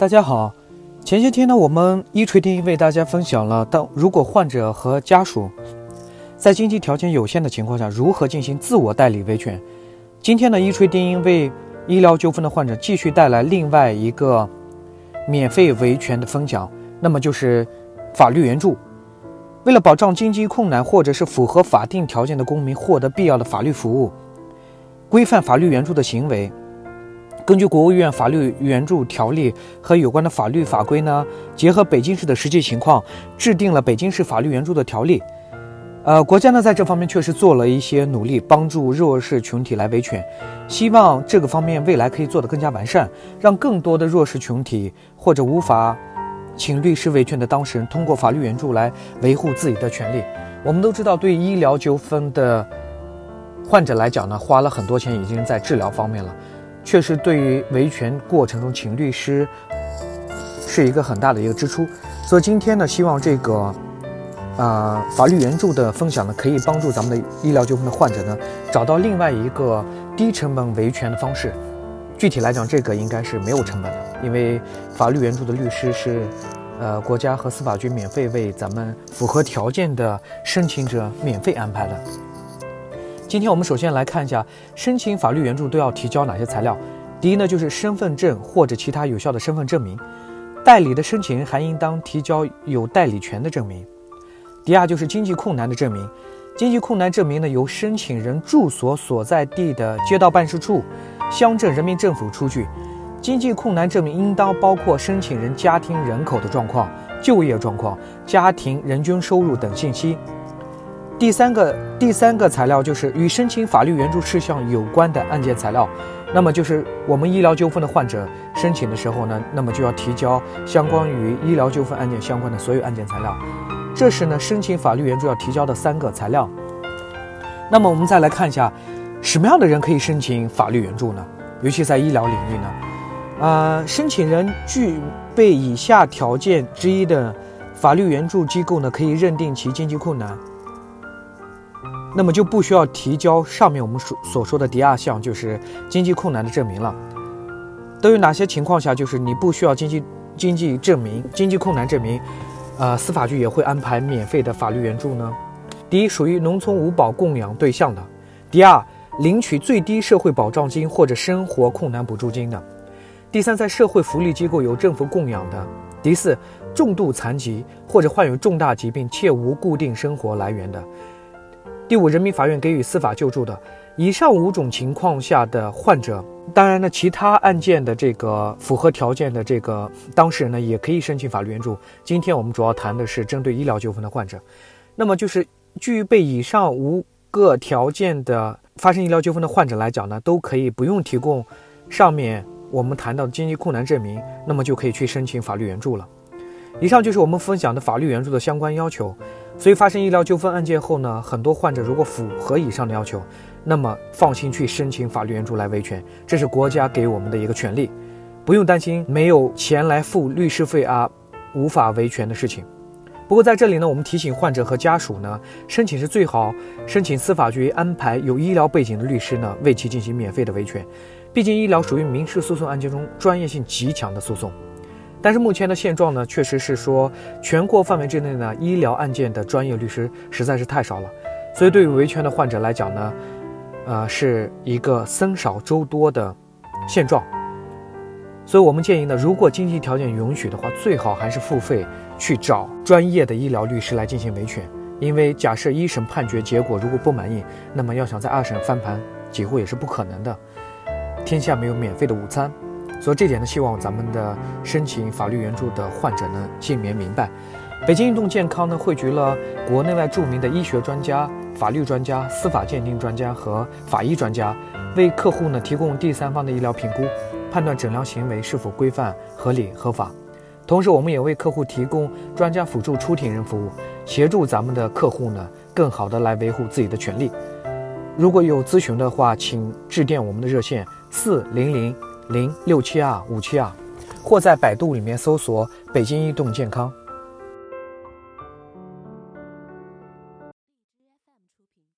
大家好，前些天呢，我们一锤定音为大家分享了，如果患者和家属在经济条件有限的情况下，如何进行自我代理维权。今天呢，一锤定音为医疗纠纷的患者继续带来另外一个免费维权的分享，那么就是法律援助。为了保障经济困难或者是符合法定条件的公民获得必要的法律服务，规范法律援助的行为，根据国务院法律援助条例和有关的法律法规呢，结合北京市的实际情况，制定了北京市法律援助的条例。国家呢在这方面确实做了一些努力，帮助弱势群体来维权，希望这个方面未来可以做得更加完善，让更多的弱势群体或者无法请律师维权的当事人通过法律援助来维护自己的权利。我们都知道，对于医疗纠纷的患者来讲呢，花了很多钱已经在治疗方面了，确实对于维权过程中请律师是一个很大的一个支出。所以今天呢，希望这个法律援助的分享呢，可以帮助咱们的医疗纠纷的患者呢，找到另外一个低成本维权的方式。具体来讲，这个应该是没有成本的，因为法律援助的律师是国家和司法局免费为咱们符合条件的申请者免费安排的。今天我们首先来看一下申请法律援助都要提交哪些材料。第一呢，就是身份证或者其他有效的身份证明，代理的申请人还应当提交有代理权的证明。第二就是经济困难的证明，经济困难证明呢，由申请人住所所在地的街道办事处、乡镇人民政府出具。经济困难证明应当包括申请人家庭人口的状况、就业状况、家庭人均收入等信息。第三个材料就是与申请法律援助事项有关的案件材料，那么就是我们医疗纠纷的患者申请的时候呢，那么就要提交相关于医疗纠纷案件相关的所有案件材料。这是呢申请法律援助要提交的3个材料。那么我们再来看一下，什么样的人可以申请法律援助呢？尤其在医疗领域呢，申请人具备以下条件之一的法律援助机构呢，可以认定其经济困难，那么就不需要提交上面我们所说的第2项，就是经济困难的证明了。都有哪些情况下就是你不需要经济困难证明，司法局也会安排免费的法律援助呢？第一，属于农村无保供养对象的；第二，领取最低社会保障金或者生活困难补助金的；第三，在社会福利机构有政府供养的；第四，重度残疾或者患有重大疾病且无固定生活来源的；第五，人民法院给予司法救助的。以上5种情况下的患者，当然呢，其他案件的这个符合条件的这个当事人呢，也可以申请法律援助。今天我们主要谈的是针对医疗纠纷的患者。那么就是具备以上5个条件的发生医疗纠纷的患者来讲呢，都可以不用提供上面我们谈到的经济困难证明，那么就可以去申请法律援助了。以上就是我们分享的法律援助的相关要求。所以发生医疗纠纷案件后呢，很多患者如果符合以上的要求，那么放心去申请法律援助来维权，这是国家给我们的一个权利，不用担心没有钱来付律师费无法维权的事情。不过在这里呢，我们提醒患者和家属呢，申请是最好申请司法局安排有医疗背景的律师呢，为其进行免费的维权。毕竟医疗属于民事诉讼案件中专业性极强的诉讼。但是目前的现状呢，确实是说全国范围之内呢，医疗案件的专业律师实在是太少了，所以对于维权的患者来讲呢，是一个僧少粥多的现状。所以我们建议呢，如果经济条件允许的话，最好还是付费去找专业的医疗律师来进行维权。因为假设1审判决结果如果不满意，那么要想在2审翻盘几乎也是不可能的。天下没有免费的午餐。所以这点呢，希望咱们的申请法律援助的患者呢，幸免明白。北京运动健康呢，汇聚了国内外著名的医学专家、法律专家、司法鉴定专家和法医专家，为客户呢提供第三方的医疗评估，判断诊疗行为是否规范、合理、合法。同时，我们也为客户提供专家辅助出庭人服务，协助咱们的客户呢，更好的来维护自己的权利。如果有咨询的话，请致电我们的热线400-0672572，或在百度里面搜索北京医动健康。